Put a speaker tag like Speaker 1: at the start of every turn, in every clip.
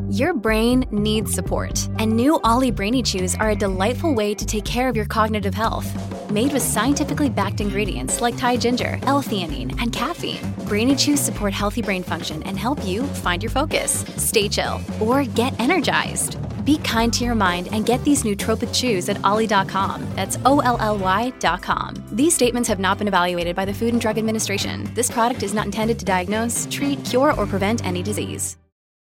Speaker 1: Your brain needs support, and new Ollie Brainy Chews are a delightful way to take care of your cognitive health. Made with scientifically backed ingredients like Thai ginger, L-theanine, and caffeine, Brainy Chews support healthy brain function and help you find your focus, stay chill, or get energized. Be kind to your mind and get these nootropic chews at ollie.com. That's OLLY.com. These statements have not been evaluated by the Food and Drug Administration. This product is not intended to diagnose, treat, cure, or prevent any disease.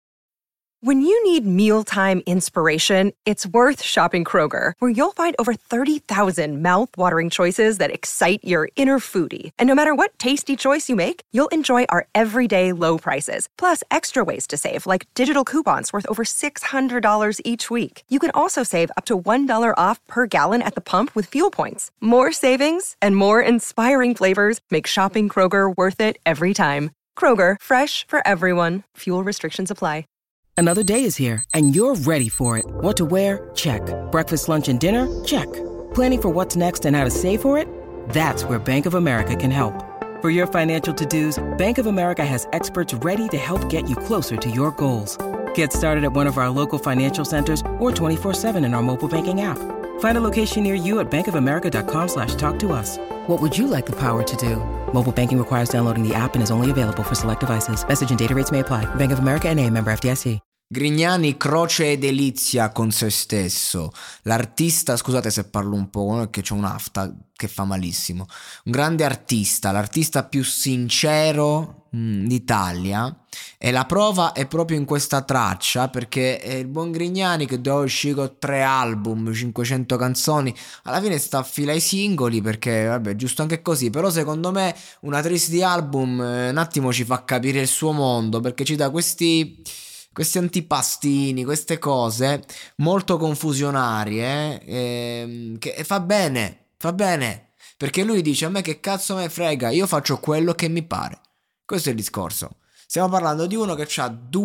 Speaker 2: When you need mealtime inspiration, it's worth shopping Kroger, where you'll find over 30,000 mouth-watering choices that excite your inner foodie. And no matter what tasty choice you make, you'll enjoy our everyday low prices, plus extra ways to save, like digital coupons worth over $600 each week. You can also save up to $1 off per gallon at the pump with fuel points. More savings and more inspiring flavors make shopping Kroger worth it every time. Kroger, fresh for everyone. Fuel restrictions apply.
Speaker 3: Another day is here, and you're ready for it. What to wear? Check. Breakfast, lunch, and dinner? Check. Planning for what's next and how to save for it? That's where Bank of America can help. For your financial to-dos, Bank of America has experts ready to help get you closer to your goals. Get started at one of our local financial centers or 24/7 in our mobile banking app. Find a location near you at bankofamerica.com/talktous. What would you like the power to do? Mobile banking requires downloading the app and is only available for select devices. Message and data rates may apply. Bank of America N.A., member FDIC.
Speaker 4: Grignani croce e delizia con se stesso. L'artista, scusate se parlo un po', perché c'ho un'afta che fa malissimo. Un grande artista, l'artista più sincero d'Italia. E la prova è proprio in questa traccia, perché è il buon Grignani che doveva uscire con 3 album, 500 canzoni, alla fine sta a fila i singoli, perché vabbè, giusto anche così. Però secondo me una tristie di album un attimo ci fa capire il suo mondo, perché ci dà questi antipastini, queste cose molto confusionarie, che fa bene, perché lui dice: a me che cazzo me frega, io faccio quello che mi pare. Questo è il discorso. Stiamo parlando di uno che ha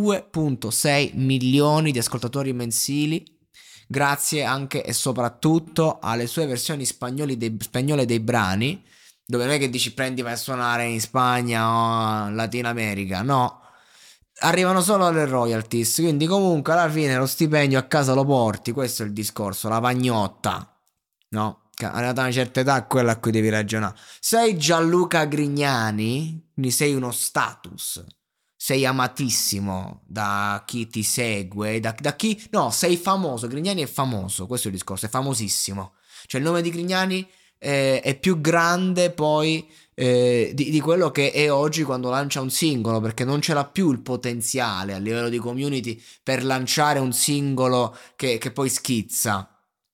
Speaker 4: 2,6 milioni di ascoltatori mensili, grazie anche e soprattutto alle sue versioni spagnole dei brani, dove non è che dici prendi vai a suonare in Spagna o in Latino America, no, arrivano solo le royalties, quindi comunque alla fine lo stipendio a casa lo porti. Questo è il discorso, la pagnotta, no? Arrivata a una certa età è quella a cui devi ragionare. Sei Gianluca Grignani, quindi sei uno status, sei amatissimo da chi ti segue, da chi, no, sei famoso. Grignani è famoso, questo è il discorso, è famosissimo, cioè il nome di Grignani è più grande poi di quello che è oggi quando lancia un singolo, perché non ce l'ha più il potenziale a livello di community per lanciare un singolo che poi schizza,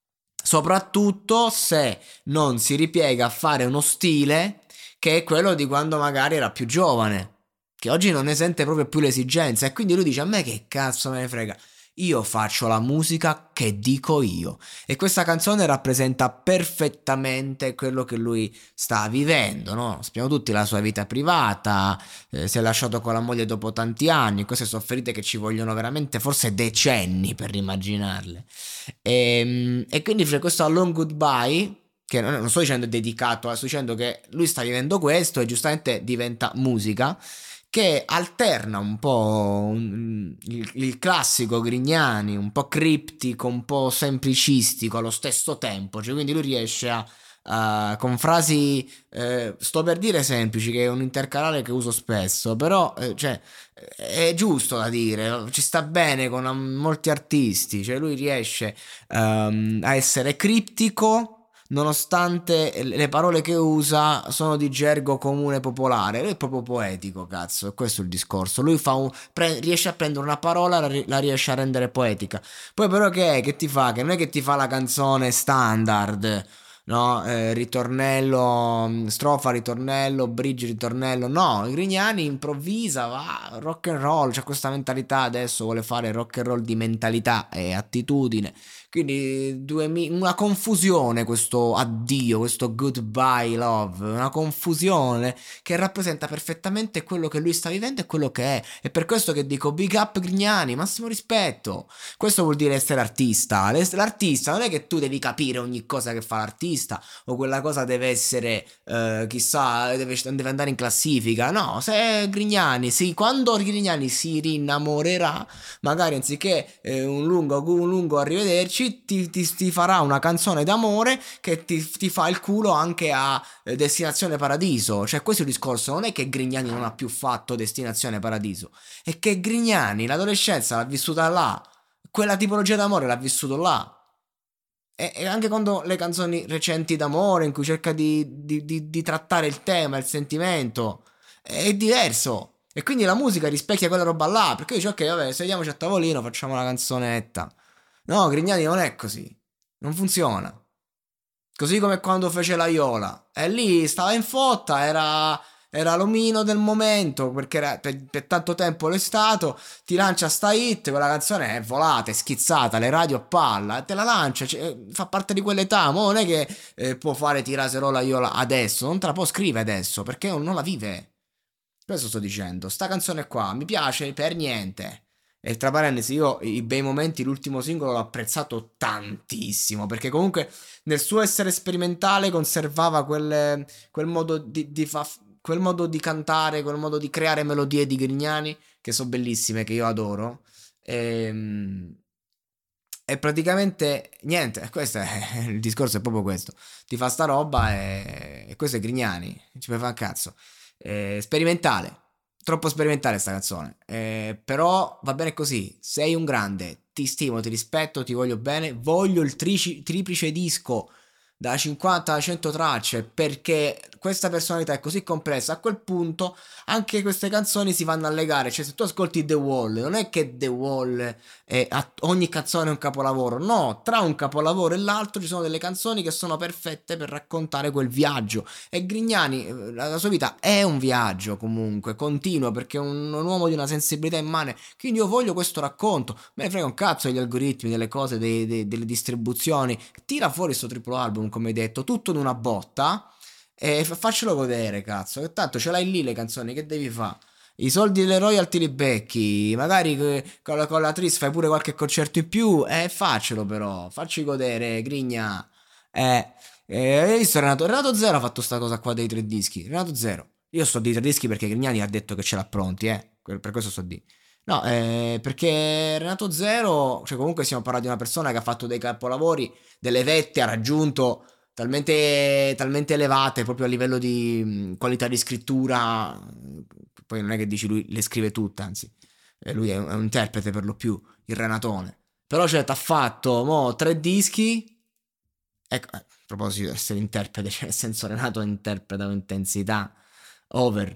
Speaker 4: soprattutto se non si ripiega a fare uno stile che è quello di quando magari era più giovane, che oggi non ne sente proprio più l'esigenza, e quindi lui dice: a me che cazzo me ne frega, io faccio la musica che dico io. E questa canzone rappresenta perfettamente quello che lui sta vivendo, no? Sappiamo tutti la sua vita privata, si è lasciato con la moglie dopo tanti anni, queste sono ferite che ci vogliono veramente forse decenni per immaginarle, e quindi c'è questo A Long Goodbye, che non sto dicendo è dedicato, sto dicendo che lui sta vivendo questo e giustamente diventa musica che alterna un po' il classico Grignani, un po' criptico, un po' semplicistico allo stesso tempo, cioè quindi lui riesce con frasi, sto per dire semplici, che è un intercalare che uso spesso, però cioè, è giusto da dire, ci sta bene con molti artisti, cioè lui riesce a essere criptico nonostante le parole che usa sono di gergo comune popolare. Lui è proprio poetico, cazzo, e questo è il discorso. Lui riesce a prendere una parola, la riesce a rendere poetica. Poi però che ti fa? Che non è che ti fa la canzone standard, no? Ritornello, strofa, ritornello, bridge, ritornello. No, Grignani improvvisa, va, rock and roll, c'ha questa mentalità adesso, vuole fare rock and roll di mentalità e attitudine. Quindi una confusione, questo addio, questo goodbye love, una confusione che rappresenta perfettamente quello che lui sta vivendo e quello che è. E per questo che dico big up Grignani, massimo rispetto. Questo vuol dire essere artista. L'artista non è che tu devi capire ogni cosa che fa l'artista, lista, o quella cosa deve essere chissà, deve andare in classifica. No, se Grignani, sì, quando Grignani si rinnamorerà, magari anziché un lungo arrivederci, ti farà una canzone d'amore che ti fa il culo anche a Destinazione Paradiso. Cioè, questo è il discorso, non è che Grignani non ha più fatto Destinazione Paradiso, è che Grignani l'adolescenza l'ha vissuta là, quella tipologia d'amore l'ha vissuto là. E anche quando le canzoni recenti d'amore, in cui cerca di trattare il tema, il sentimento, è diverso. E quindi la musica rispecchia quella roba là, perché dice ok, vabbè, sediamoci a tavolino, facciamo una canzonetta. No, Grignani non è così, non funziona. Così come quando fece la Iola, e lì stava in fotta, era l'omino del momento, perché per tanto tempo l'è stato, ti lancia sta hit, quella canzone è volata, è schizzata, le radio a palla, e te la lancia, fa parte di quell'età, ma non è che può fare Tiraserola Iola adesso, non te la può scrivere adesso, perché non la vive. Questo sto dicendo, sta canzone qua mi piace per niente. E tra parentesi, io i bei momenti, l'ultimo singolo l'ho apprezzato tantissimo, perché comunque nel suo essere sperimentale conservava quel modo quel modo di cantare, quel modo di creare melodie di Grignani, che sono bellissime, che io adoro. E praticamente niente, questo è il discorso, è proprio questo. Ti fa sta roba e questo è Grignani, ci puoi fare un cazzo. Sperimentale, troppo sperimentale sta canzone, però va bene così. Sei un grande, ti stimo, ti rispetto, ti voglio bene, voglio il triplice disco da 50 a 100 tracce, perché questa personalità è così complessa. A quel punto anche queste canzoni si vanno a legare. Cioè, se tu ascolti The Wall, non è che The Wall ogni canzone è un capolavoro, no, tra un capolavoro e l'altro ci sono delle canzoni che sono perfette per raccontare quel viaggio. E Grignani, la sua vita è un viaggio comunque continuo, perché è un uomo di una sensibilità immane, quindi io voglio questo racconto. Me ne frega un cazzo degli algoritmi, delle cose, delle distribuzioni. Tira fuori sto triplo album, come hai detto, tutto in una botta e faccelo godere, cazzo, che tanto ce l'hai lì le canzoni, che devi fare? I soldi delle royalty li becchi, magari con la Tris fai pure qualche concerto in più, faccelo, però facci godere, Grigna. Hai visto Renato Zero ha fatto sta cosa qua dei 3 dischi. Renato Zero, io sto dei 3 dischi perché Grignani ha detto che ce l'ha pronti, per questo sto di. No, perché Renato Zero, cioè comunque stiamo parlando di una persona che ha fatto dei capolavori, delle vette, ha raggiunto talmente elevate proprio a livello di qualità di scrittura. Poi non è che dici lui le scrive tutte, anzi lui è un interprete per lo più, il Renatone. Però cioè t'ha fatto 3 dischi. Ecco, a proposito di essere interprete, cioè nel senso Renato interpreta un'intensità over.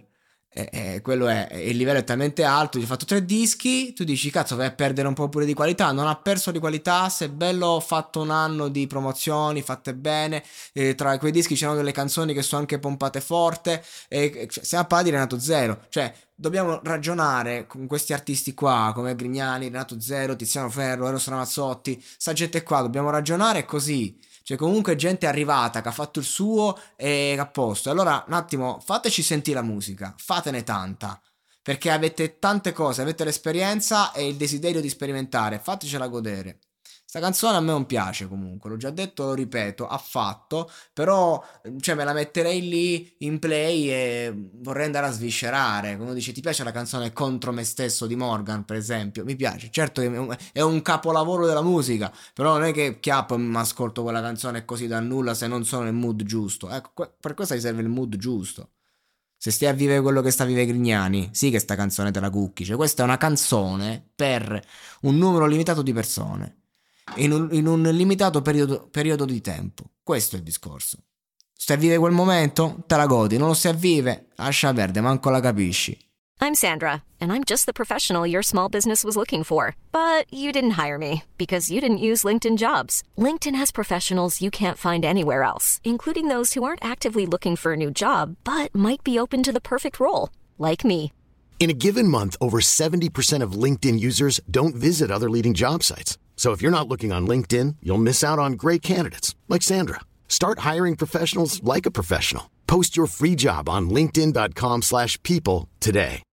Speaker 4: Quello è, il livello è talmente alto, gli hai fatto 3 dischi, tu dici cazzo vai a perdere un po' pure di qualità. Non ha perso di qualità, se è bello, ho fatto un anno di promozioni fatte bene, tra quei dischi c'erano delle canzoni che sono anche pompate forte, stiamo a parlare di Renato Zero, cioè dobbiamo ragionare con questi artisti qua come Grignani, Renato Zero, Tiziano Ferro, Eros Ramazzotti, sta gente qua, dobbiamo ragionare così. Cioè comunque gente arrivata che ha fatto il suo e a posto. Allora un attimo, fateci sentire la musica, fatene tanta, perché avete tante cose, avete l'esperienza e il desiderio di sperimentare, fatecela godere. Sta canzone a me non piace comunque, l'ho già detto, lo ripeto, affatto, però cioè me la metterei lì in play e vorrei andare a sviscerare. Come dice, ti piace la canzone Contro me stesso di Morgan, per esempio? Mi piace, certo che è un capolavoro della musica, però non è che chiappo e mi ascolto quella canzone così da nulla se non sono nel mood giusto. Ecco, per questo ti serve il mood giusto. Se stai a vivere quello che sta a vivere Grignani, sì che sta canzone te la cucchi. Cioè questa è una canzone per un numero limitato di persone in un limitato periodo di tempo. Questo è il discorso. Stai a vivere quel momento? Te la godi. Non lo stai a vivere? Lascia perdere, manco la capisci.
Speaker 5: I'm Sandra, and I'm just the professional your small business was looking for. But you didn't hire me because you didn't use LinkedIn Jobs. LinkedIn has professionals you can't find anywhere else, including those who aren't actively looking for a new job, but might be open to the perfect role, like me.
Speaker 6: In a given month, over 70% of LinkedIn users don't visit other leading job sites. So if you're not looking on LinkedIn, you'll miss out on great candidates like Sandra. Start hiring professionals like a professional. Post your free job on linkedin.com/people today.